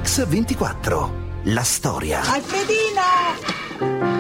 Mix24. La storia. Alfredino!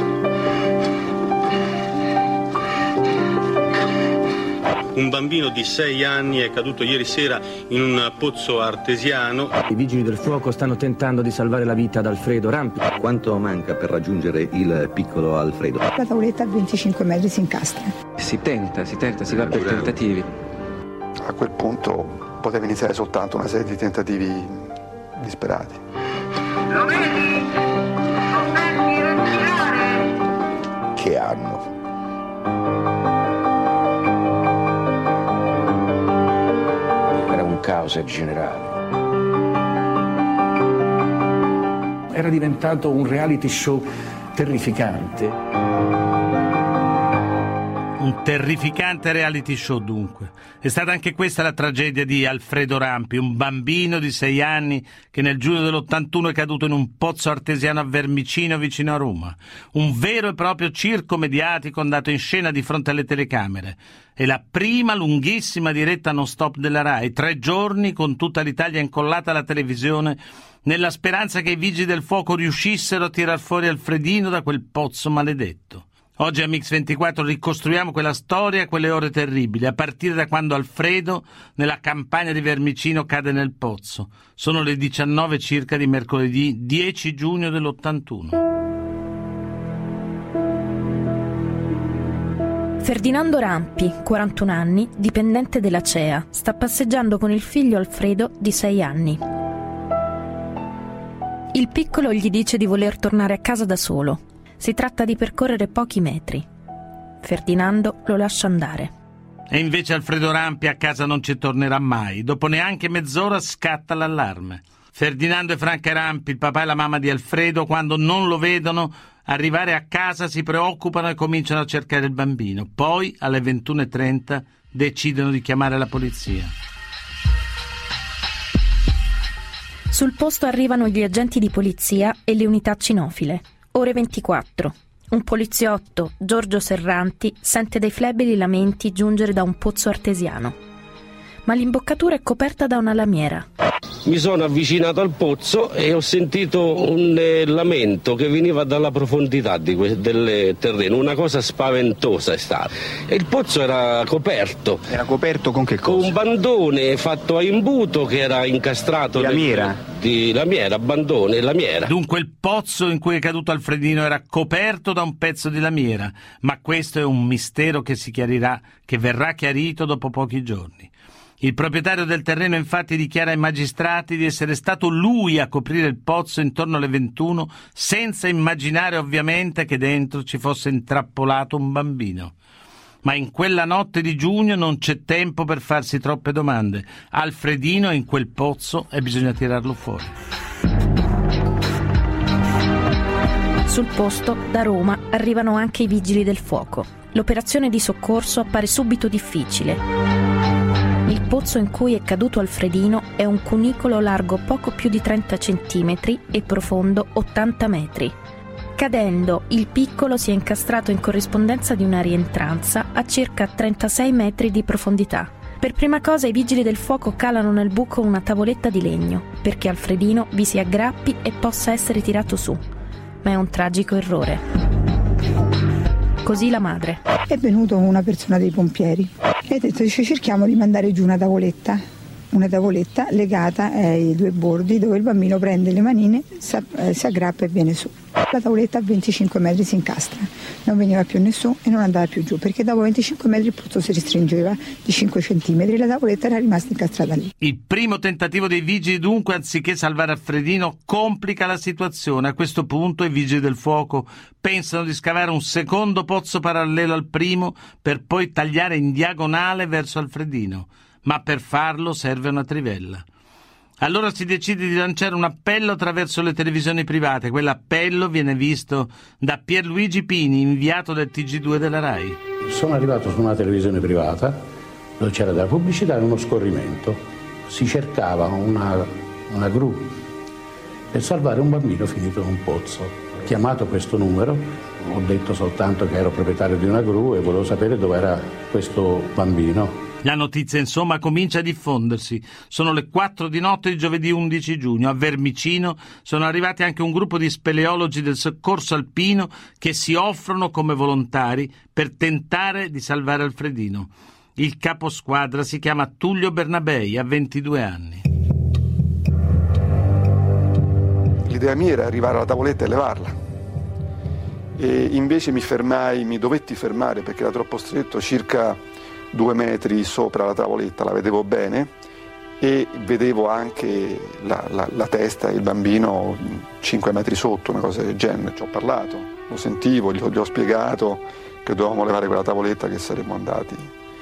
Un bambino di 6 anni è caduto ieri sera in un pozzo artesiano. I vigili del fuoco stanno tentando di salvare la vita ad Alfredo Rampi. Quanto manca per raggiungere il piccolo Alfredo? La tavoletta a 25 metri si incastra. Si va per tentativi. A quel punto poteva iniziare soltanto una serie di tentativi disperati. Lo vedi? Lo senti respirare? Che anno? Era un caos generale. Era diventato un reality show terrificante. Un terrificante reality show, dunque. È stata anche questa la tragedia di Alfredo Rampi, un bambino di 6 anni che nel giugno dell'81 è caduto in un pozzo artesiano a Vermicino, vicino a Roma. Un vero e proprio circo mediatico andato in scena di fronte alle telecamere. È la prima lunghissima diretta non stop della Rai, 3 giorni con tutta l'Italia incollata alla televisione, nella speranza che i vigili del fuoco riuscissero a tirar fuori Alfredino da quel pozzo maledetto. Oggi a Mix24 ricostruiamo quella storia, quelle ore terribili, a partire da quando Alfredo, nella campagna di Vermicino, cade nel pozzo. Sono le 19 circa di mercoledì 10 giugno dell'81. Ferdinando Rampi, 41 anni, dipendente della CEA, sta passeggiando con il figlio Alfredo di 6 anni. Il piccolo gli dice di voler tornare a casa da solo. Si tratta di percorrere pochi metri. Ferdinando lo lascia andare. E invece Alfredo Rampi a casa non ci tornerà mai. Dopo neanche mezz'ora scatta l'allarme. Ferdinando e Franca Rampi, il papà e la mamma di Alfredo, quando non lo vedono arrivare a casa, si preoccupano e cominciano a cercare il bambino. Poi, alle 21:30, decidono di chiamare la polizia. Sul posto arrivano gli agenti di polizia e le unità cinofile. Ore 24. Un poliziotto, Giorgio Serranti, sente dei flebili lamenti giungere da un pozzo artesiano. Ma l'imboccatura è coperta da una lamiera. Mi sono avvicinato al pozzo e ho sentito un lamento che veniva dalla profondità del terreno, una cosa spaventosa è stata. E il pozzo era coperto. Era coperto con che cosa? Con un bandone fatto a imbuto che era incastrato. Lamiera? Lamiera, bandone, lamiera. Dunque il pozzo in cui è caduto Alfredino era coperto da un pezzo di lamiera, ma questo è un mistero che si chiarirà, che verrà chiarito dopo pochi giorni. Il proprietario del terreno infatti dichiara ai magistrati di essere stato lui a coprire il pozzo intorno alle 21, senza immaginare ovviamente che dentro ci fosse intrappolato un bambino. Ma in quella notte di giugno non c'è tempo per farsi troppe domande. Alfredino è in quel pozzo e bisogna tirarlo fuori. Sul posto, da Roma, arrivano anche i vigili del fuoco. L'operazione di soccorso appare subito difficile. Il pozzo in cui è caduto Alfredino è un cunicolo largo poco più di 30 centimetri e profondo 80 metri. Cadendo, il piccolo si è incastrato in corrispondenza di una rientranza a circa 36 metri di profondità. Per prima cosa i vigili del fuoco calano nel buco una tavoletta di legno, perché Alfredino vi si aggrappi e possa essere tirato su. Ma è un tragico errore. Così la madre. È venuto una persona dei pompieri e ha detto, cerchiamo di mandare giù una tavoletta legata ai 2 bordi dove il bambino prende le manine, si aggrappa e viene su. La tavoletta a 25 metri si incastra, non veniva più nessuno e non andava più giù, perché dopo 25 metri il pozzo si restringeva di 5 centimetri e la tavoletta era rimasta incastrata lì. Il primo tentativo dei vigili dunque, anziché salvare Alfredino, complica la situazione. A questo punto i vigili del fuoco pensano di scavare un secondo pozzo parallelo al primo per poi tagliare in diagonale verso Alfredino. Ma per farlo serve una trivella. Allora si decide di lanciare un appello attraverso le televisioni private. Quell'appello viene visto da Pierluigi Pini, inviato del TG2 della Rai. Sono arrivato su una televisione privata dove c'era della pubblicità e uno scorrimento. Si cercava una gru per salvare un bambino finito in un pozzo. Ho chiamato questo numero, ho detto soltanto che ero proprietario di una gru e volevo sapere dove era questo bambino. La notizia, insomma, comincia a diffondersi. Sono le 4 di notte di giovedì 11 giugno. A Vermicino sono arrivati anche un gruppo di speleologi del soccorso alpino che si offrono come volontari per tentare di salvare Alfredino. Il caposquadra si chiama Tullio Bernabei, ha 22 anni. L'idea mia era arrivare alla tavoletta e levarla. E invece mi dovetti fermare perché era troppo stretto, circa 2 metri sopra la tavoletta, la vedevo bene e vedevo anche la testa e il bambino 5 metri sotto, una cosa del genere. Ci ho parlato, lo sentivo, gli ho spiegato che dovevamo levare quella tavoletta, che saremmo andati.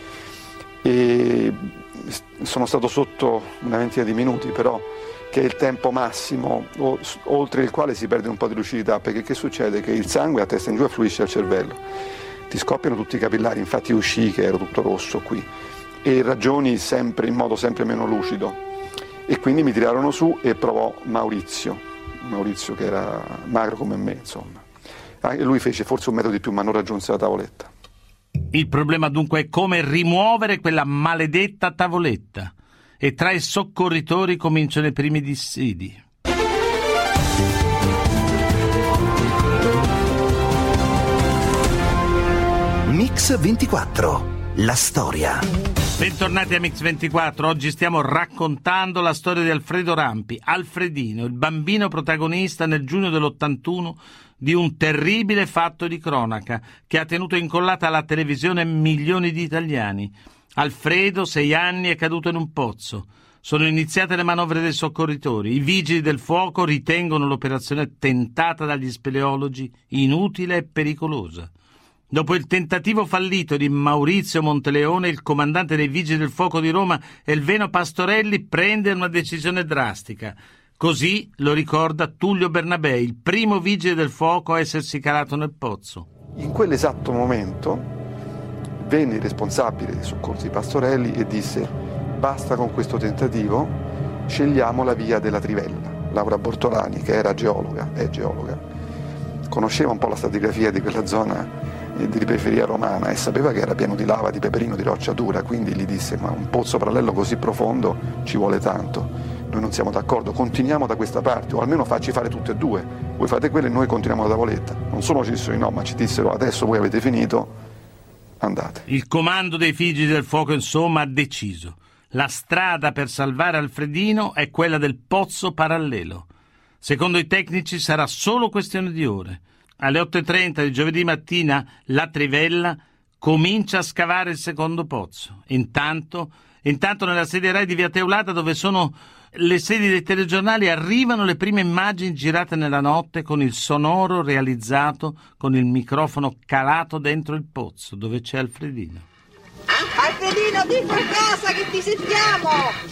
E sono stato sotto una ventina di minuti, però, che è il tempo massimo oltre il quale si perde un po' di lucidità, perché che succede? Che il sangue a testa in giù affluisce al cervello. Ti scoppiano tutti i capillari, infatti uscii che ero tutto rosso qui e ragioni sempre in modo sempre meno lucido, e quindi mi tirarono su e provò Maurizio che era magro come me, insomma. E lui fece forse un metro di più, ma non raggiunse la tavoletta. Il problema dunque è come rimuovere quella maledetta tavoletta, e tra i soccorritori cominciano i primi dissidi. Mix 24, la storia. Bentornati a Mix 24, oggi stiamo raccontando la storia di Alfredo Rampi, Alfredino, il bambino protagonista nel giugno dell'81 di un terribile fatto di cronaca che ha tenuto incollata alla televisione milioni di italiani. Alfredo, 6 anni, è caduto in un pozzo. Sono iniziate le manovre dei soccorritori. I vigili del fuoco ritengono l'operazione tentata dagli speleologi inutile e pericolosa. Dopo il tentativo fallito di Maurizio Monteleone, il comandante dei Vigili del Fuoco di Roma, Elveno Pastorelli, prende una decisione drastica. Così lo ricorda Tullio Bernabei, il primo vigile del fuoco a essersi calato nel pozzo. In quell'esatto momento venne il responsabile dei soccorsi Pastorelli e disse: basta con questo tentativo, scegliamo la via della trivella. Laura Bortolani, che è geologa, conosceva un po' la stratigrafia di quella zona di periferia romana e sapeva che era pieno di lava, di peperino, di roccia dura, quindi gli disse: ma un pozzo parallelo così profondo ci vuole tanto, noi non siamo d'accordo, continuiamo da questa parte, o almeno facci fare tutte e due, voi fate quello e noi continuiamo la tavoletta. Non solo ci dissero no, ma ci dissero: adesso voi avete finito, andate. Il comando dei Vigili del Fuoco, insomma, ha deciso: la strada per salvare Alfredino è quella del pozzo parallelo. Secondo i tecnici sarà solo questione di ore. Alle 8:30 di giovedì mattina la trivella comincia a scavare il secondo pozzo. Intanto nella sede Rai di Via Teulata, dove sono le sedi dei telegiornali, arrivano le prime immagini girate nella notte con il sonoro realizzato con il microfono calato dentro il pozzo dove c'è Alfredino. Alfredino, dico a casa che ti sentiamo!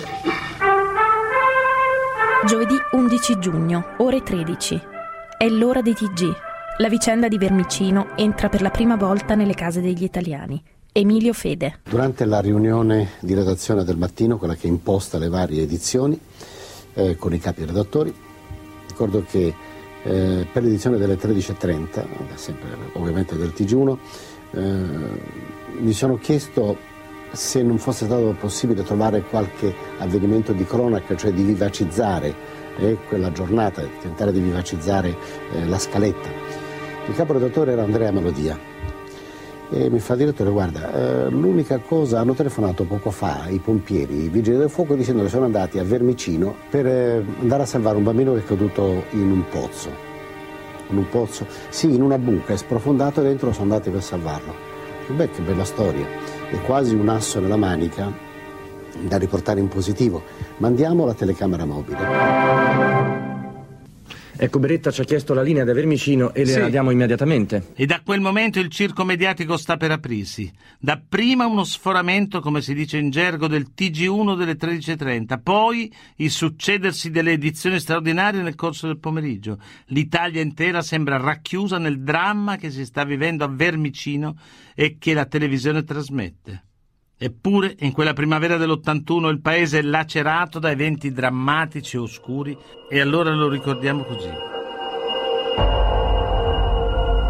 Giovedì 11 giugno, ore 13. È l'ora dei TG. La vicenda di Vermicino entra per la prima volta nelle case degli italiani. Emilio Fede. Durante la riunione di redazione del mattino, quella che imposta le varie edizioni, con i capi redattori, ricordo che per l'edizione delle 13:30, sempre ovviamente del TG1, mi sono chiesto se non fosse stato possibile trovare qualche avvenimento di cronaca, cioè di vivacizzare quella giornata, tentare di vivacizzare la scaletta. Il caporedattore era Andrea Melodia e mi fa: direttore, guarda, l'unica cosa, hanno telefonato poco fa i pompieri, i vigili del fuoco, dicendo che sono andati a Vermicino per andare a salvare un bambino che è caduto in un pozzo. In un pozzo? Sì, in una buca, è sprofondato e dentro sono andati per salvarlo. Beh, che bella storia, è quasi un asso nella manica da riportare in positivo. Mandiamo la telecamera mobile. Ecco, Beretta ci ha chiesto la linea da Vermicino e le la diamo immediatamente. E da quel momento il circo mediatico sta per aprirsi. Dapprima uno sforamento, come si dice in gergo, del TG1 delle 13:30, poi il succedersi delle edizioni straordinarie nel corso del pomeriggio. L'Italia intera sembra racchiusa nel dramma che si sta vivendo a Vermicino e che la televisione trasmette. Eppure, in quella primavera dell'81 il paese è lacerato da eventi drammatici e oscuri, e allora lo ricordiamo così.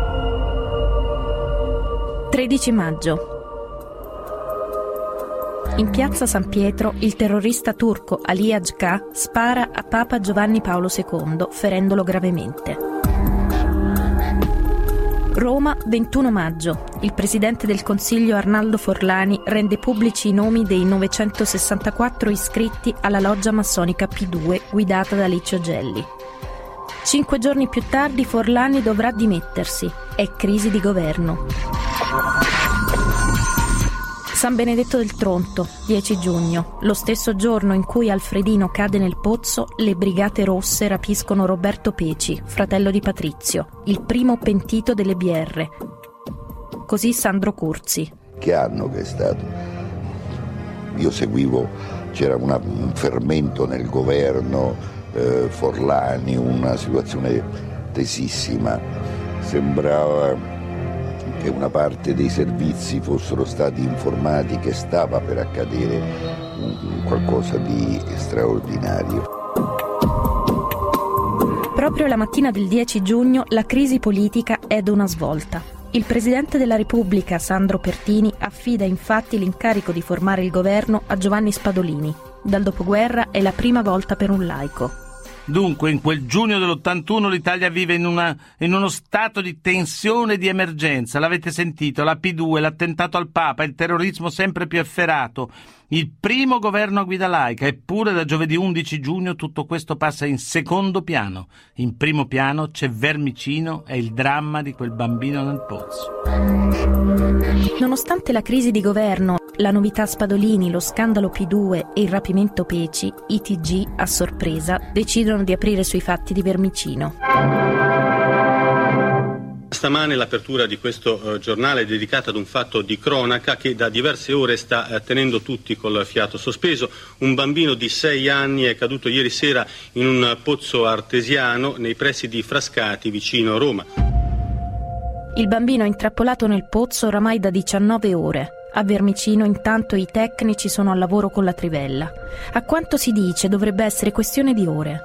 « 13 maggio. In piazza San Pietro il terrorista turco Ali Agca spara a Papa Giovanni Paolo II, ferendolo gravemente. Roma, 21 maggio. Il presidente del Consiglio Arnaldo Forlani rende pubblici i nomi dei 964 iscritti alla loggia massonica P2 guidata da Licio Gelli. 5 giorni più tardi Forlani dovrà dimettersi. È crisi di governo. San Benedetto del Tronto, 10 giugno. Lo stesso giorno in cui Alfredino cade nel pozzo, le Brigate Rosse rapiscono Roberto Peci, fratello di Patrizio, il primo pentito delle BR. Così Sandro Curzi. Che anno che è stato? Io seguivo, c'era un fermento nel governo, Forlani, una situazione tesissima. Sembrava che una parte dei servizi fossero stati informati che stava per accadere qualcosa di straordinario. Proprio la mattina del 10 giugno la crisi politica è ad una svolta. Il Presidente della Repubblica, Sandro Pertini, affida infatti l'incarico di formare il governo a Giovanni Spadolini. Dal dopoguerra è la prima volta per un laico. Dunque, in quel giugno dell'81 l'Italia vive in uno stato di tensione e di emergenza. L'avete sentito, la P2, l'attentato al Papa, il terrorismo sempre più efferato, il primo governo a guida laica. Eppure da giovedì 11 giugno tutto questo passa in secondo piano. In primo piano c'è Vermicino e il dramma di quel bambino nel pozzo. Nonostante la crisi di governo, la novità Spadolini, lo scandalo P2 e il rapimento Peci, i TG, a sorpresa, decidono di aprire sui fatti di Vermicino. Stamane l'apertura di questo giornale è dedicata ad un fatto di cronaca che da diverse ore sta tenendo tutti col fiato sospeso. Un bambino di 6 anni è caduto ieri sera in un pozzo artesiano nei pressi di Frascati, vicino Roma. Il bambino è intrappolato nel pozzo oramai da 19 ore. A Vermicino intanto i tecnici sono al lavoro con la trivella. A quanto si dice dovrebbe essere questione di ore.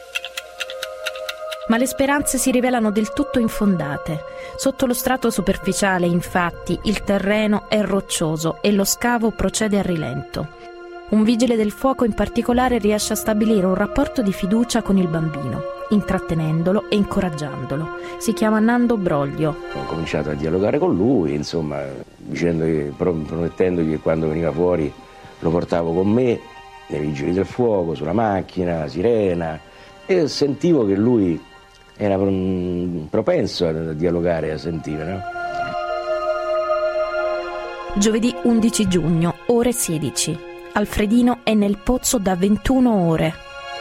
Ma le speranze si rivelano del tutto infondate. Sotto lo strato superficiale, infatti, il terreno è roccioso e lo scavo procede a rilento. Un vigile del fuoco in particolare riesce a stabilire un rapporto di fiducia con il bambino, intrattenendolo e incoraggiandolo. Si chiama Nando Broglio. Ho cominciato a dialogare con lui, insomma, promettendogli che quando veniva fuori lo portavo con me, nei vigili del fuoco, sulla macchina, sirena, e sentivo che lui era propenso a dialogare, a sentire, no? Giovedì 11 giugno, ore 16. Alfredino è nel pozzo da 21 ore.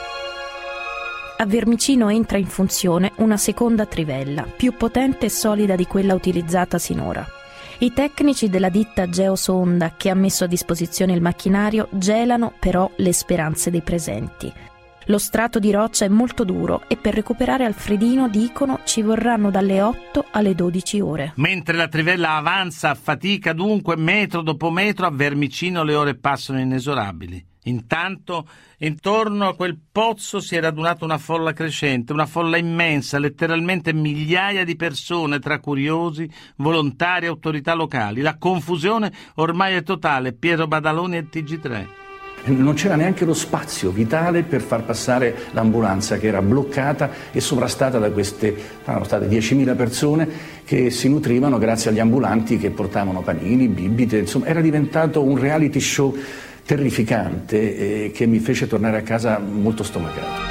A Vermicino entra in funzione una seconda trivella, più potente e solida di quella utilizzata sinora. I tecnici della ditta Geosonda, che ha messo a disposizione il macchinario, gelano però le speranze dei presenti. Lo strato di roccia è molto duro e per recuperare Alfredino, dicono, ci vorranno dalle 8 alle 12 ore. Mentre la trivella avanza a fatica, dunque, metro dopo metro, a Vermicino le ore passano inesorabili. Intanto, intorno a quel pozzo si è radunata una folla crescente, una folla immensa, letteralmente migliaia di persone, tra curiosi, volontari e autorità locali. La confusione ormai è totale. Piero Badaloni e TG3. Non c'era neanche lo spazio vitale per far passare l'ambulanza, che era bloccata e sovrastata da queste, erano state 10.000 persone che si nutrivano grazie agli ambulanti che portavano panini, bibite, insomma era diventato un reality show terrificante che mi fece tornare a casa molto stomacato.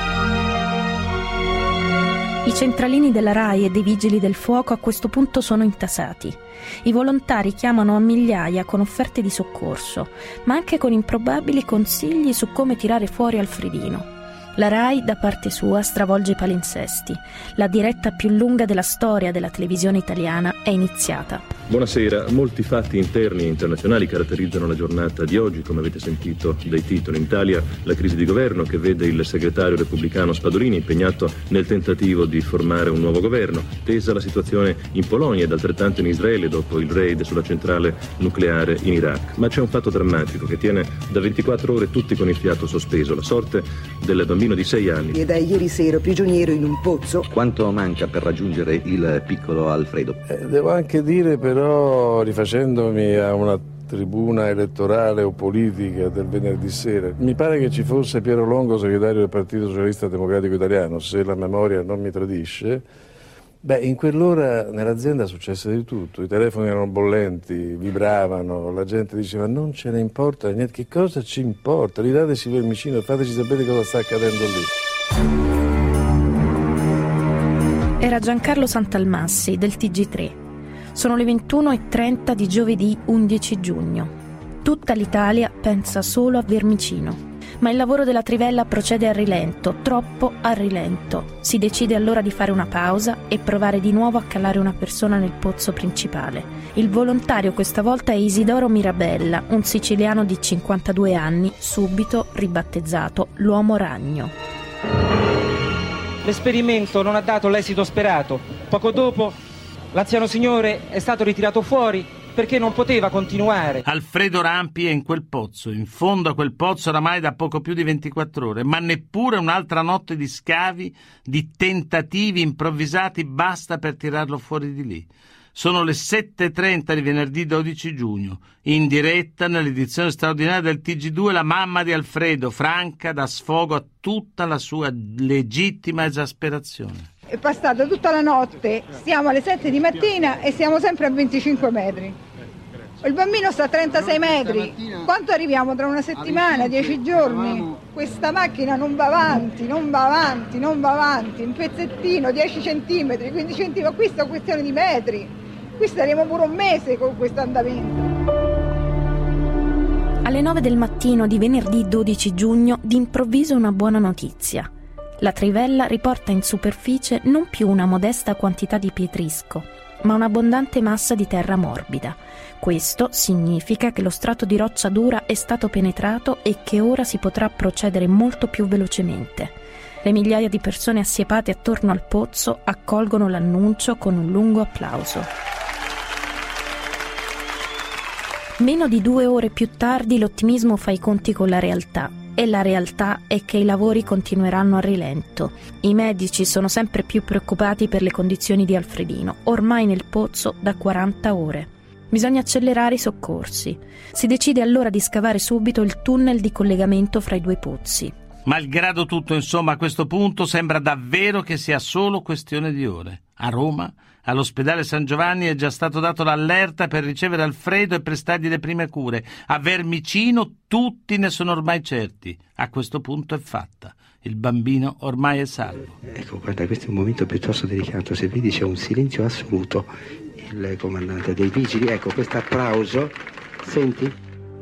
I centralini della RAI e dei vigili del fuoco a questo punto sono intasati. I volontari chiamano a migliaia con offerte di soccorso, ma anche con improbabili consigli su come tirare fuori Alfredino. La RAI, da parte sua, stravolge i palinsesti. La diretta più lunga della storia della televisione italiana è iniziata. Buonasera. Molti fatti interni e internazionali caratterizzano la giornata di oggi, come avete sentito dai titoli. In Italia la crisi di governo che vede il segretario repubblicano Spadolini impegnato nel tentativo di formare un nuovo governo. Tesa la situazione in Polonia ed altrettanto in Israele dopo il raid sulla centrale nucleare in Iraq. Ma c'è un fatto drammatico che tiene da 24 ore tutti con il fiato sospeso: la sorte del bambino di 6 anni. E da ieri sera prigioniero in un pozzo. Quanto manca per raggiungere il piccolo Alfredo? Devo anche dire però, rifacendomi a una tribuna elettorale o politica del venerdì sera. Mi pare che ci fosse Piero Longo, segretario del Partito Socialista Democratico Italiano, se la memoria non mi tradisce. Beh, in quell'ora nell'azienda successe di tutto, i telefoni erano bollenti, vibravano, la gente diceva non ce ne importa niente, che cosa ci importa, ridateci Vermicino e fateci sapere cosa sta accadendo lì. Era Giancarlo Santalmassi del TG3. Sono le 21:30 di giovedì 11 giugno. Tutta l'Italia pensa solo a Vermicino. Ma il lavoro della trivella procede a rilento, troppo a rilento. Si decide allora di fare una pausa e provare di nuovo a calare una persona nel pozzo principale. Il volontario questa volta è Isidoro Mirabella, un siciliano di 52 anni, subito ribattezzato l'Uomo Ragno. L'esperimento non ha dato l'esito sperato. Poco dopo l'anziano signore è stato ritirato fuori perché non poteva continuare. Alfredo Rampi è in quel pozzo, in fondo a quel pozzo oramai da poco più di 24 ore, ma neppure un'altra notte di scavi, di tentativi improvvisati basta per tirarlo fuori di lì. Sono le 7:30 di venerdì 12 giugno. In diretta nell'edizione straordinaria del TG2 la mamma di Alfredo, Franca, dà sfogo a tutta la sua legittima esasperazione. È passata tutta la notte, stiamo alle 7 di mattina e siamo sempre a 25 metri. Il bambino sta a 36 metri. Quanto arriviamo tra una settimana, 10 giorni? Questa macchina non va avanti, non va avanti, non va avanti. Un pezzettino, 10 centimetri, 15 centimetri, qui sta questione di metri. Qui staremo pure un mese con questo andamento. Alle 9 del mattino di venerdì 12 giugno, d'improvviso una buona notizia. La trivella riporta in superficie non più una modesta quantità di pietrisco, ma un'abbondante massa di terra morbida. Questo significa che lo strato di roccia dura è stato penetrato e che ora si potrà procedere molto più velocemente. Le migliaia di persone assiepate attorno al pozzo accolgono l'annuncio con un lungo applauso. Meno di 2 ore più tardi l'ottimismo fa i conti con la realtà. E la realtà è che i lavori continueranno a rilento. I medici sono sempre più preoccupati per le condizioni di Alfredino, ormai nel pozzo da 40 ore. Bisogna accelerare i soccorsi. Si decide allora di scavare subito il tunnel di collegamento fra i due pozzi. Malgrado tutto, insomma, a questo punto sembra davvero che sia solo questione di ore. A Roma, all'ospedale San Giovanni, è già stato dato l'allerta per ricevere Alfredo e prestargli le prime cure. A Vermicino tutti ne sono ormai certi. A questo punto è fatta. Il bambino ormai è salvo. Ecco, guarda, questo è un momento piuttosto delicato. Se vedi c'è un silenzio assoluto. Il comandante dei vigili, ecco, questo applauso. Senti?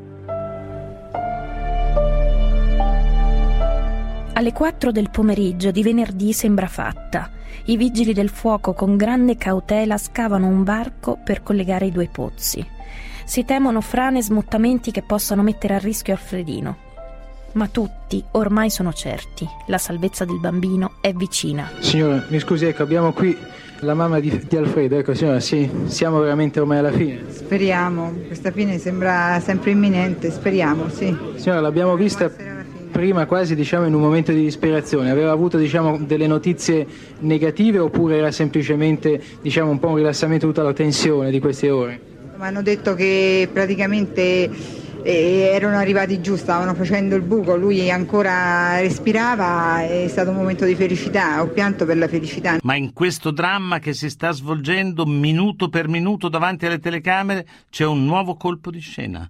Alle 4 del pomeriggio di venerdì sembra fatta. I vigili del fuoco con grande cautela scavano un varco per collegare i due pozzi. Si temono frane e smottamenti che possano mettere a rischio Alfredino. Ma tutti ormai sono certi, la salvezza del bambino è vicina. Signora, mi scusi, ecco, abbiamo qui la mamma di Alfredo. Ecco, signora, sì, siamo veramente ormai alla fine. Speriamo, questa fine sembra sempre imminente, speriamo, sì. Signora, l'abbiamo vista prima quasi, diciamo, in un momento di disperazione. Aveva avuto, diciamo, delle notizie negative oppure era semplicemente, diciamo, un po' un rilassamento tutta la tensione di queste ore? Mi hanno detto che praticamente erano arrivati giù, stavano facendo il buco, lui ancora respirava, è stato un momento di felicità, ho pianto per la felicità. Ma in questo dramma che si sta svolgendo minuto per minuto davanti alle telecamere c'è un nuovo colpo di scena.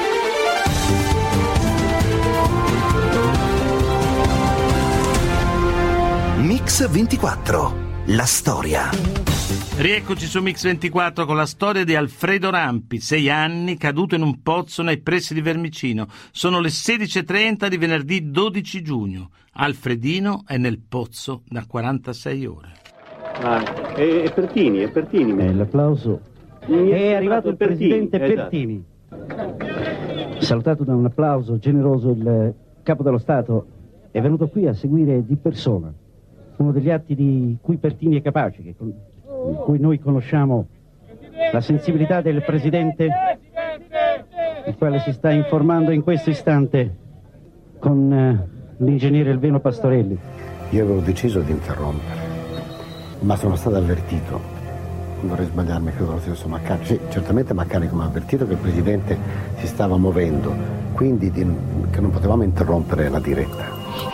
Mix 24, la storia. Rieccoci su Mix 24 con la storia di Alfredo Rampi, 6 anni, caduto in un pozzo nei pressi di Vermicino. Sono le 16:30 di venerdì 12 giugno. Alfredino è nel pozzo da 46 ore. È Pertini. L'applauso. È arrivato il presidente Pertini. Salutato da un applauso generoso, il capo dello Stato è venuto qui a seguire di persona uno degli atti di cui Pertini è capace, di cui noi conosciamo la sensibilità del Presidente, il quale si sta informando in questo istante con l'ingegnere Elveno Pastorelli. Io avevo deciso di interrompere, ma sono stato avvertito vorrei sbagliarmi, credo lo stesso Maccani. Sì, certamente Maccani come ha avvertito che il Presidente si stava muovendo, quindi che non potevamo interrompere la diretta.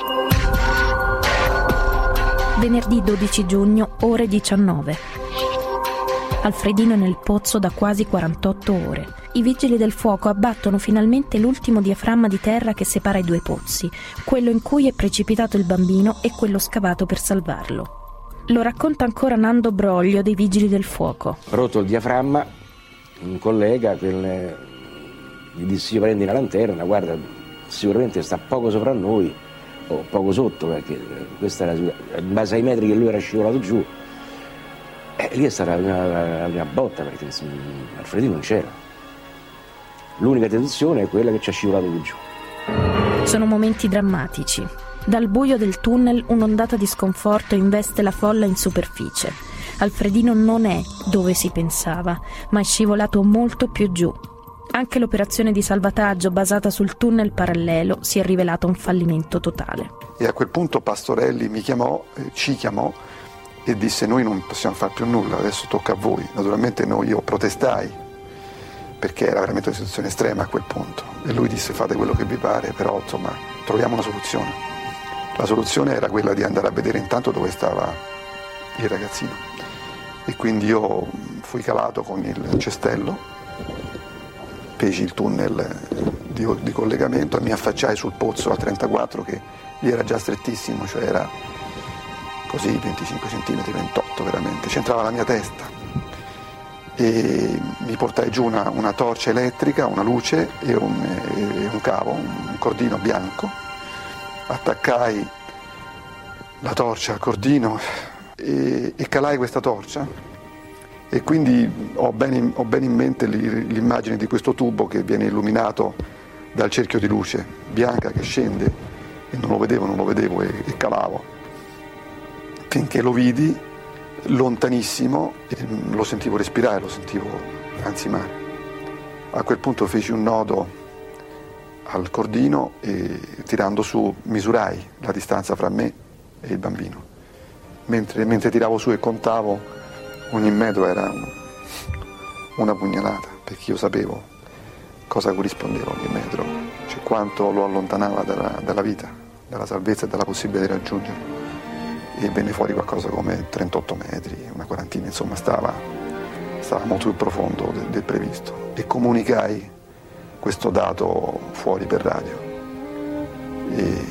Venerdì 12 giugno, ore 19. Alfredino è nel pozzo da quasi 48 ore. I vigili del fuoco abbattono finalmente l'ultimo diaframma di terra che separa i due pozzi, quello in cui è precipitato il bambino e quello scavato per salvarlo. Lo racconta ancora Nando Broglio dei Vigili del Fuoco. Rotto il diaframma, un collega gli dissi: prendi una lanterna, guarda, sicuramente sta poco sopra noi o poco sotto, perché questa era in base ai metri che lui era scivolato giù. Lì è stata la prima botta, perché Alfredino non c'era. L'unica deduzione è quella che ci ha scivolato giù. Sono momenti drammatici. Dal buio del tunnel un'ondata di sconforto investe la folla in superficie. Alfredino non è dove si pensava, ma è scivolato molto più giù. Anche l'operazione di salvataggio basata sul tunnel parallelo si è rivelata un fallimento totale. E a quel punto Pastorelli ci chiamò e disse: noi non possiamo fare più nulla, adesso tocca a voi. Naturalmente io protestai, perché era veramente una situazione estrema a quel punto, e lui disse: fate quello che vi pare, però insomma troviamo una soluzione. La soluzione era quella di andare a vedere intanto dove stava il ragazzino, e quindi io fui calato con il cestello, feci il tunnel di collegamento e mi affacciai sul pozzo a 34, che lì era già strettissimo, cioè era così 25 cm, 28 veramente, c'entrava la mia testa, e mi portai giù una torcia elettrica, una luce e un cavo, un cordino bianco, attaccai la torcia al cordino e calai questa torcia, e quindi ho bene in mente l'immagine di questo tubo che viene illuminato dal cerchio di luce bianca che scende, e non lo vedevo e calavo, finché lo vidi lontanissimo e lo sentivo respirare, lo sentivo ansimare. A quel punto feci un nodo al cordino e tirando su misurai la distanza fra me e il bambino. Mentre tiravo su e contavo, ogni metro era una pugnalata, perché io sapevo cosa corrispondeva ogni metro, cioè quanto lo allontanava dalla vita, dalla salvezza e dalla possibilità di raggiungerlo. E venne fuori qualcosa come 38 metri, una quarantina, insomma stava molto più profondo del previsto, e comunicai questo dato fuori per radio, e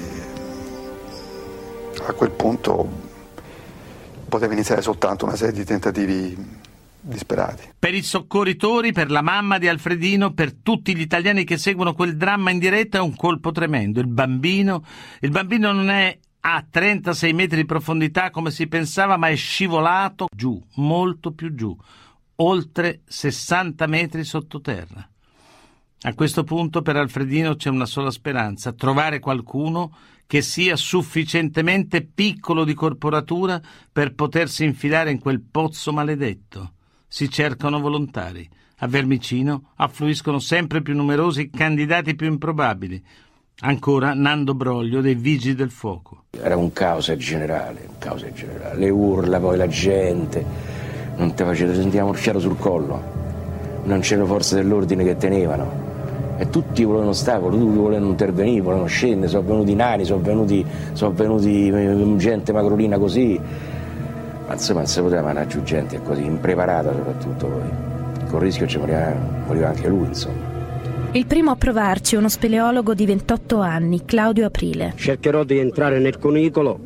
a quel punto poteva iniziare soltanto una serie di tentativi disperati. Per i soccorritori, per la mamma di Alfredino, per tutti gli italiani che seguono quel dramma in diretta è un colpo tremendo. Il bambino non è a 36 metri di profondità come si pensava, ma è scivolato giù, molto più giù, oltre 60 metri sottoterra. A questo punto per Alfredino c'è una sola speranza: trovare qualcuno che sia sufficientemente piccolo di corporatura per potersi infilare in quel pozzo maledetto. Si cercano volontari. A Vermicino affluiscono sempre più numerosi candidati più improbabili. Ancora Nando Broglio dei Vigili del Fuoco. Era un caos generale. Le urla, poi la gente, non te faceva, sentivamo il fiato sul collo, non c'erano forze dell'ordine che tenevano, e tutti volevano stare, tutti volevano intervenire, volevano scendere, sono venuti nani, sono venuti gente magrolina così, ma insomma non si poteva mandare giù gente così, impreparata soprattutto, poi con il rischio che moriva anche lui, insomma. Il primo a provarci è uno speleologo di 28 anni, Claudio Aprile. Cercherò di entrare nel cunicolo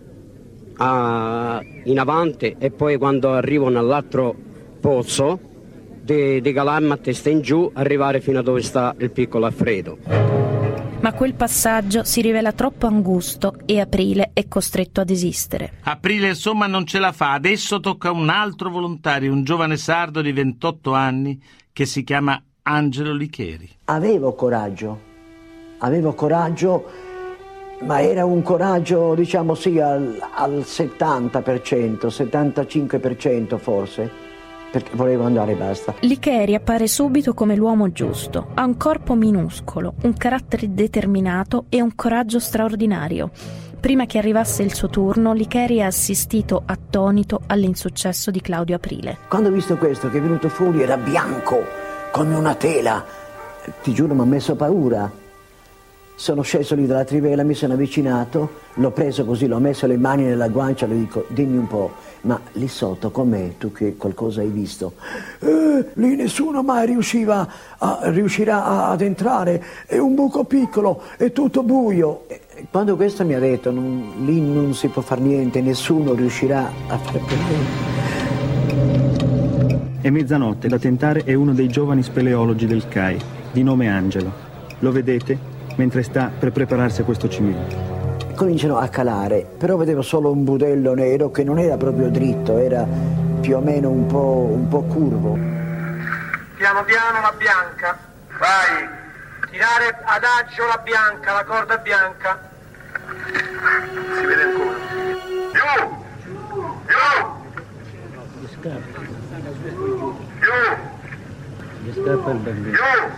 in avanti, e poi quando arrivo nell'altro pozzo di calarmi a testa in giù, arrivare fino a dove sta il piccolo Alfredo. Ma quel passaggio si rivela troppo angusto e Aprile è costretto a desistere. Aprile insomma non ce la fa. Adesso tocca a un altro volontario, un giovane sardo di 28 anni che si chiama Angelo Licheri. Avevo coraggio, ma era un coraggio, diciamo sì, al 70%, 75% forse, perché volevo andare e basta. Licheri appare subito come l'uomo giusto. Ha un corpo minuscolo, un carattere determinato e un coraggio straordinario. Prima che arrivasse il suo turno, Licheri ha assistito attonito all'insuccesso di Claudio Aprile. Quando ho visto questo che è venuto fuori era bianco, come una tela, ti giuro mi ha messo paura. Sono sceso lì dalla trivela, mi sono avvicinato, l'ho preso così, l'ho messo le mani nella guancia, le dico, dimmi un po', ma lì sotto com'è? Tu che qualcosa hai visto? Lì nessuno mai riuscirà ad entrare, è un buco piccolo, è tutto buio. E quando questo mi ha detto, lì non si può fare niente, nessuno riuscirà a fare per me. È mezzanotte, da tentare è uno dei giovani speleologi del CAI, di nome Angelo. Lo vedete? Mentre sta per prepararsi a questo cimento. Cominciano a calare, però vedevo solo un budello nero che non era proprio dritto, era più o meno un po' curvo. Piano piano la bianca, vai, tirare adagio la bianca, la corda bianca. Si vede ancora. Gli scappa il bambino.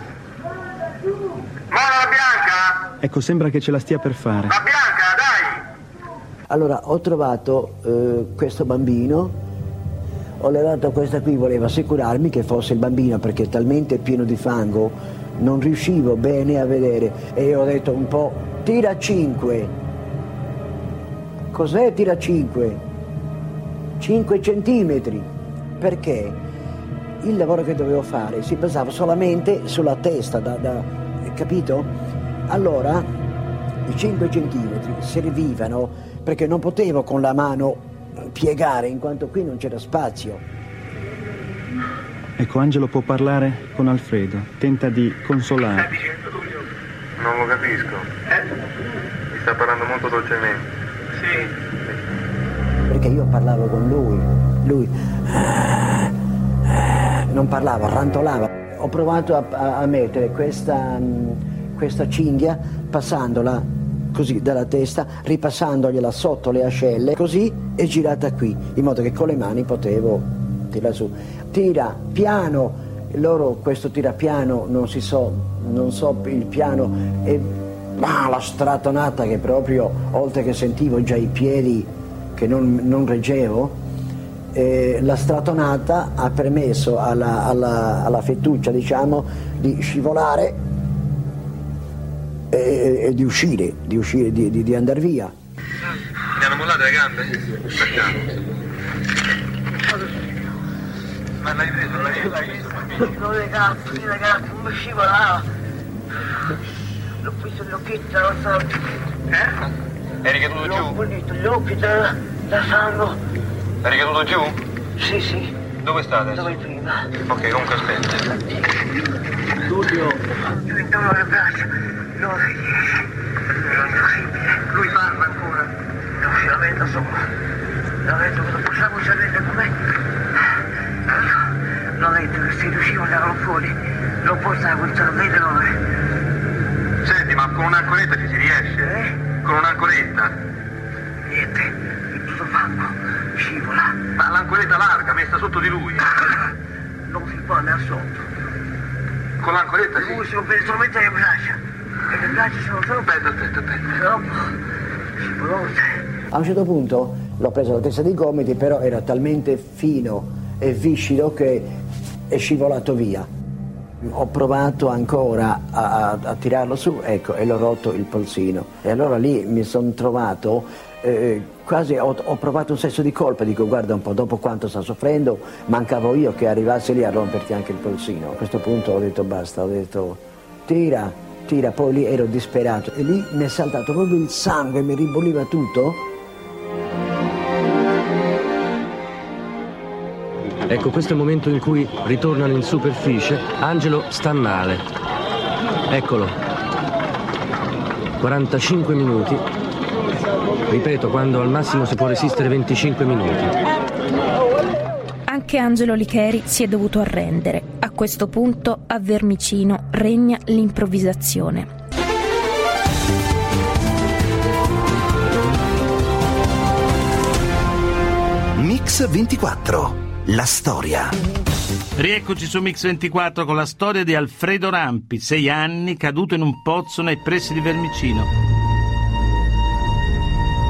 Mano bianca! Ecco, sembra che ce la stia per fare. La bianca, dai! Allora ho trovato questo bambino, ho levato questa qui, volevo assicurarmi che fosse il bambino perché è talmente pieno di fango, non riuscivo bene a vedere e ho detto un po', tira 5. Cos'è tira 5? 5 centimetri. Perché il lavoro che dovevo fare si basava solamente sulla testa, capito? Allora i 5 centimetri servivano perché non potevo con la mano piegare in quanto qui non c'era spazio. Ecco, Angelo può parlare con Alfredo, tenta di consolare. Non lo capisco. Mi sta parlando molto dolcemente. Sì. Perché io parlavo con lui non parlava, rantolava. Ho provato a mettere questa cinghia passandola così dalla testa, ripassandogliela sotto le ascelle, così è girata qui, in modo che con le mani potevo tirare su. Tira piano, loro questo tira piano, non so il piano, e la stratonata che proprio, oltre che sentivo già i piedi che non reggevo, la stratonata ha permesso alla fettuccia, diciamo, di scivolare e di uscire, di andare via. Mi hanno mollato le gambe? Ma l'hai preso? Non le gambe, come scivolava. L'ho visto gli occhietti da sangue. Eri caduto giù? L'ho pulito gli occhi da sangue. Eri caduto giù? Sì. Dove state? Dove prima. Ok, comunque aspetta. Studio. Io intorno alle braccia. 9-10. È impossibile. Lui parla ancora. Non si lamenta sopra. Lamento che non possiamo sapere com'è. L'ho detto che se riuscivo a andarlo fuori, non può stare quel cervello dove. Senti, ma con un'ancoretta ci si riesce? Con un'ancoretta? Niente, il tutto fango, scivola. Ma l'ancoretta larga, messa sotto di lui? Non si può andare sotto. Con l'ancoretta sì? Lui si può prendere solamente le braccia. E le braccia sono troppo. Aspetta. Troppo scivolose. A un certo punto l'ho preso la testa dei gomiti, però era talmente fino e viscido che è scivolato via. Ho provato ancora a tirarlo su, ecco, e l'ho rotto il polsino. E allora lì mi sono trovato, quasi ho provato un senso di colpa, dico guarda un po', dopo quanto sta soffrendo, mancavo io che arrivassi lì a romperti anche il polsino. A questo punto ho detto basta, ho detto tira, poi lì ero disperato e lì mi è saltato proprio il sangue, mi ribolliva tutto. Ecco, questo è il momento in cui ritornano in superficie. Angelo sta male. Eccolo. 45 minuti. Ripeto, quando al massimo si può resistere 25 minuti. Anche Angelo Licheri si è dovuto arrendere. A questo punto a Vermicino regna l'improvvisazione. Mix 24. La storia. Rieccoci su Mix 24 con la storia di Alfredo Rampi, 6 anni, caduto in un pozzo nei pressi di Vermicino.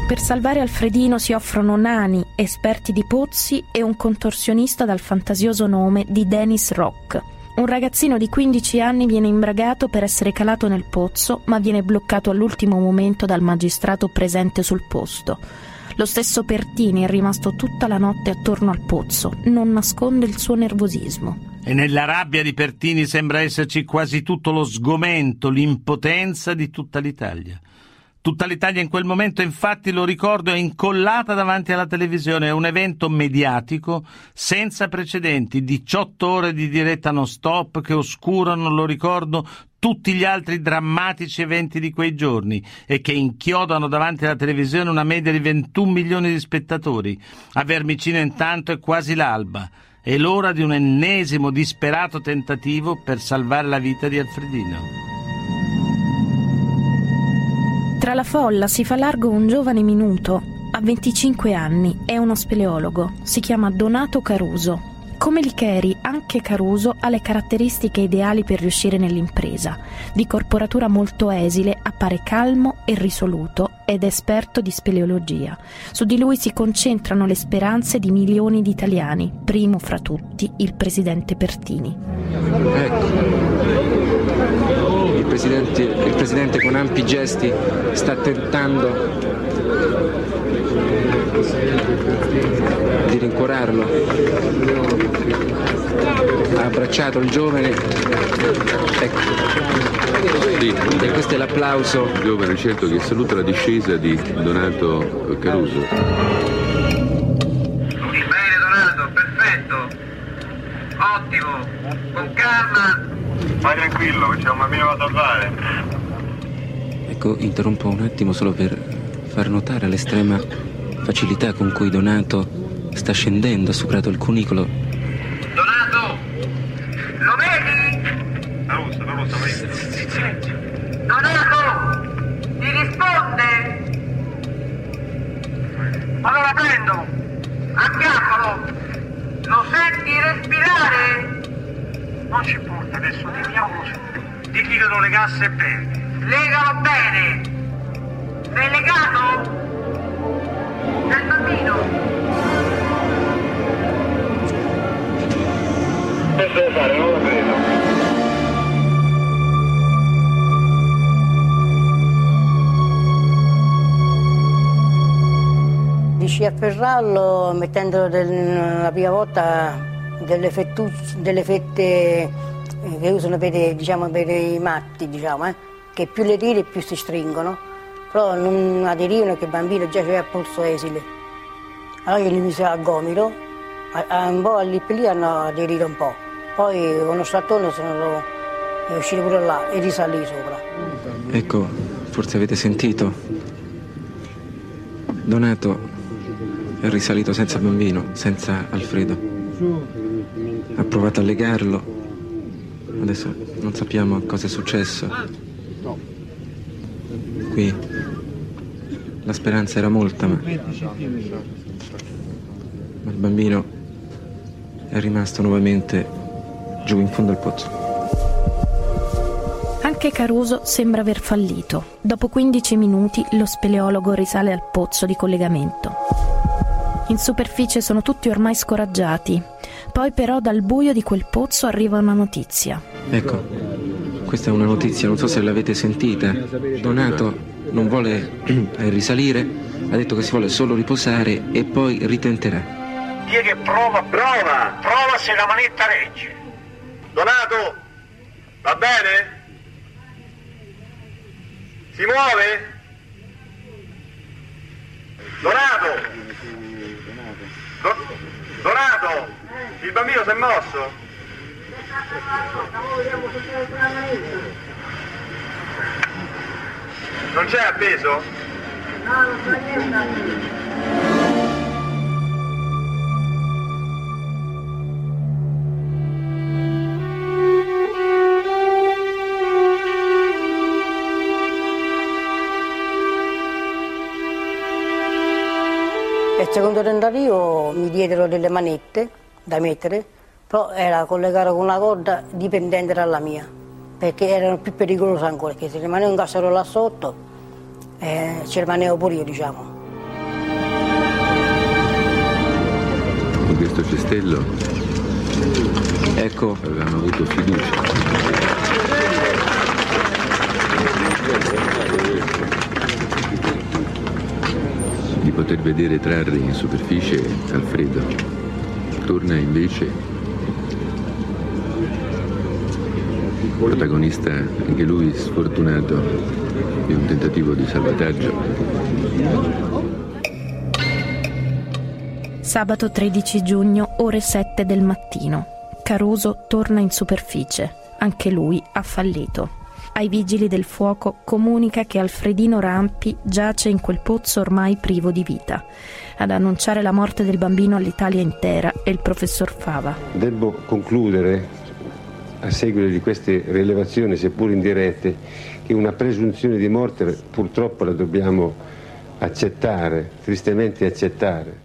Per salvare Alfredino si offrono nani, esperti di pozzi e un contorsionista dal fantasioso nome di Dennis Rock. Un ragazzino di 15 anni viene imbragato per essere calato nel pozzo, ma viene bloccato all'ultimo momento dal magistrato presente sul posto. Lo stesso Pertini è rimasto tutta la notte attorno al pozzo, non nasconde il suo nervosismo. E nella rabbia di Pertini sembra esserci quasi tutto lo sgomento, l'impotenza di tutta l'Italia. Tutta l'Italia in quel momento, infatti, lo ricordo, è incollata davanti alla televisione. È un evento mediatico senza precedenti, 18 ore di diretta non stop che oscurano, lo ricordo, tutti gli altri drammatici eventi di quei giorni e che inchiodano davanti alla televisione una media di 21 milioni di spettatori. A Vermicino intanto è quasi l'alba. È l'ora di un ennesimo disperato tentativo per salvare la vita di Alfredino. Tra la folla si fa largo un giovane minuto, ha 25 anni, è uno speleologo, si chiama Donato Caruso. Come Licheri, anche Caruso ha le caratteristiche ideali per riuscire nell'impresa. Di corporatura molto esile, appare calmo e risoluto ed è esperto di speleologia. Su di lui si concentrano le speranze di milioni di italiani, primo fra tutti il presidente Pertini. Ecco. Il presidente con ampi gesti sta tentando di rincuorarlo. Ha abbracciato il giovane. Ecco. E questo è l'applauso. Il giovane, certo, che saluta la discesa di Donato Caruso. Bene Donato, perfetto. Ottimo. Con calma. Vai tranquillo, che c'è un bambino da salvare. Ecco, interrompo un attimo solo per far notare l'estrema facilità con cui Donato sta scendendo, ha superato il cunicolo. Donato! Lo vedi? La russa, vedi? Donato! Ti risponde? Allora prendo! Acchiappalo! Lo senti respirare? Non ci importa, adesso tiriamolo su. Digli che lo legasse bene. Legalo bene! Sei legato? Del bambino? Che devo fare? Non l'ho preso. Riuscì a afferrarlo mettendolo la prima volta delle fette che usano per i matti, che più le tiri più si stringono, però non aderivano che il bambino già c'era il polso esile. Allora io gli mise al gomito, un po' lì per lì hanno aderito un po', poi con lo strattone sono usciti pure là e risalì sopra. Ecco, forse avete sentito, Donato è risalito senza bambino, senza Alfredo. Ha provato a legarlo, adesso non sappiamo cosa è successo. Qui la speranza era molta, ma il bambino è rimasto nuovamente giù in fondo al pozzo. Anche Caruso sembra aver fallito. Dopo 15 minuti lo speleologo risale al pozzo di collegamento. In superficie sono tutti ormai scoraggiati. Poi però dal buio di quel pozzo arriva una notizia. Ecco, questa è una notizia, non so se l'avete sentita. Donato non vuole risalire, ha detto che si vuole solo riposare e poi ritenterà. Dì che prova se la manetta regge. Donato, va bene? Si muove? Donato! Donato! Il bambino si è mosso? Non c'è appeso? No, non c'è niente. Il secondo tentativo mi diedero delle manette da mettere, però era collegato con una corda dipendente dalla mia, perché erano più pericolose ancora, perché se rimanevo un cassero là sotto ci rimanevo pure io, in questo cestello, ecco, avevano avuto fiducia. Di poter vedere trarre in superficie Alfredo. Torna invece protagonista anche lui sfortunato di un tentativo di salvataggio. Sabato 13 giugno, ore 7 del mattino. Caruso torna in superficie. Anche lui ha fallito. Ai vigili del fuoco comunica che Alfredino Rampi giace in quel pozzo ormai privo di vita. Ad annunciare la morte del bambino all'Italia intera è il professor Fava. Devo concludere, a seguito di queste rilevazioni, seppur indirette, che una presunzione di morte purtroppo la dobbiamo accettare, tristemente accettare.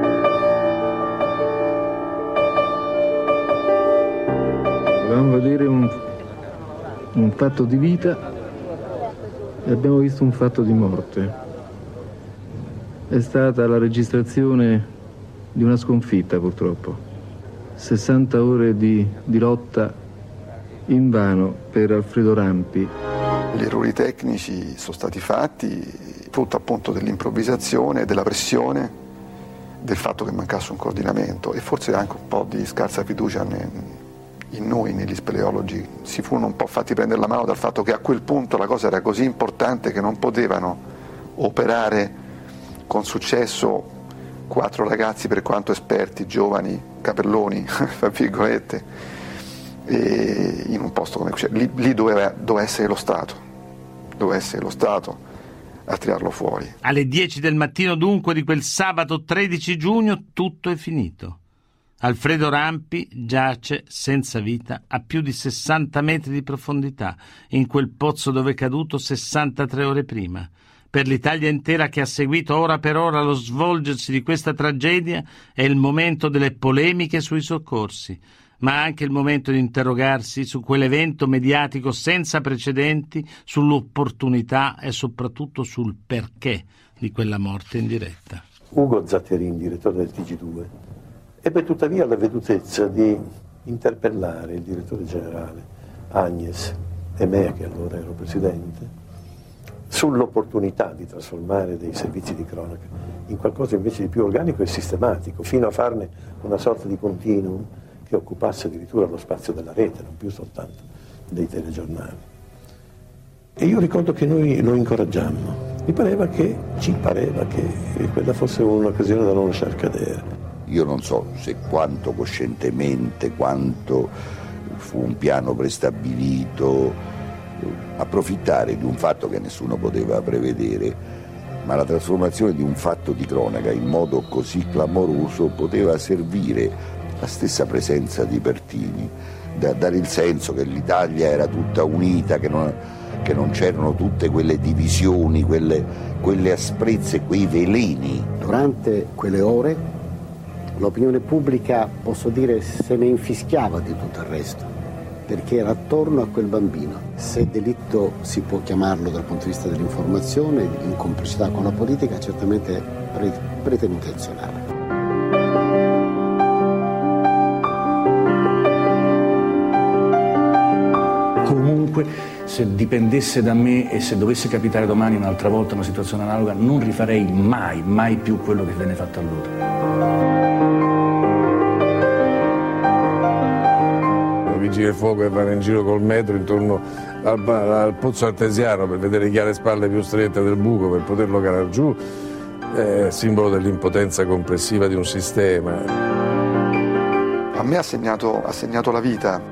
Volevamo vedere un fatto di vita e abbiamo visto un fatto di morte. È stata la registrazione di una sconfitta, purtroppo. 60 ore di lotta invano per Alfredo Rampi. Gli errori tecnici sono stati fatti frutto appunto dell'improvvisazione, della pressione, del fatto che mancasse un coordinamento e forse anche un po' di scarsa fiducia in noi, negli speleologi. Si furono un po' fatti prendere la mano dal fatto che a quel punto la cosa era così importante che non potevano operare con successo 4 ragazzi, per quanto esperti, giovani, capelloni, fra virgolette, e in un posto come lì doveva essere lo Stato, a tirarlo fuori. Alle 10 del mattino dunque di quel sabato 13 giugno tutto è finito. Alfredo Rampi giace senza vita a più di 60 metri di profondità in quel pozzo dove è caduto 63 ore prima. Per l'Italia intera che ha seguito ora per ora lo svolgersi di questa tragedia è il momento delle polemiche sui soccorsi, ma anche il momento di interrogarsi su quell'evento mediatico senza precedenti, sull'opportunità e soprattutto sul perché di quella morte in diretta. Ugo Zatterin, direttore del TG2, ebbe tuttavia la vedutezza di interpellare il direttore generale Agnes e me, che allora ero presidente, sull'opportunità di trasformare dei servizi di cronaca in qualcosa invece di più organico e sistematico, fino a farne una sorta di continuum che occupasse addirittura lo spazio della rete, non più soltanto dei telegiornali. E io ricordo che noi lo incoraggiammo. Ci pareva che quella fosse un'occasione da non lasciar cadere. Io non so se quanto coscientemente, quanto fu un piano prestabilito, approfittare di un fatto che nessuno poteva prevedere, ma la trasformazione di un fatto di cronaca in modo così clamoroso poteva servire la stessa presenza di Pertini, da dare il senso che l'Italia era tutta unita, che non c'erano tutte quelle divisioni, quelle asprezze, quei veleni. Durante quelle ore l'opinione pubblica, posso dire, se ne infischiava di tutto il resto, perché era attorno a quel bambino. Se delitto si può chiamarlo dal punto di vista dell'informazione, in complicità con la politica, certamente preterintenzionale. Comunque, se dipendesse da me e se dovesse capitare domani un'altra volta una situazione analoga, non rifarei mai più quello che venne fatto allora. Vigili del fuoco che vanno in giro col metro intorno al pozzo artesiano per vedere chi ha le spalle più strette del buco per poterlo calar giù, simbolo dell'impotenza complessiva di un sistema. A me ha segnato la vita.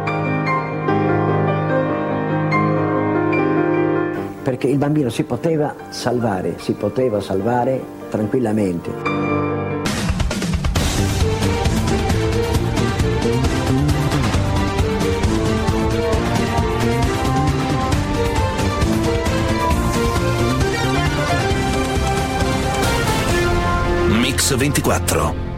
Perché il bambino si poteva salvare tranquillamente. Mix 24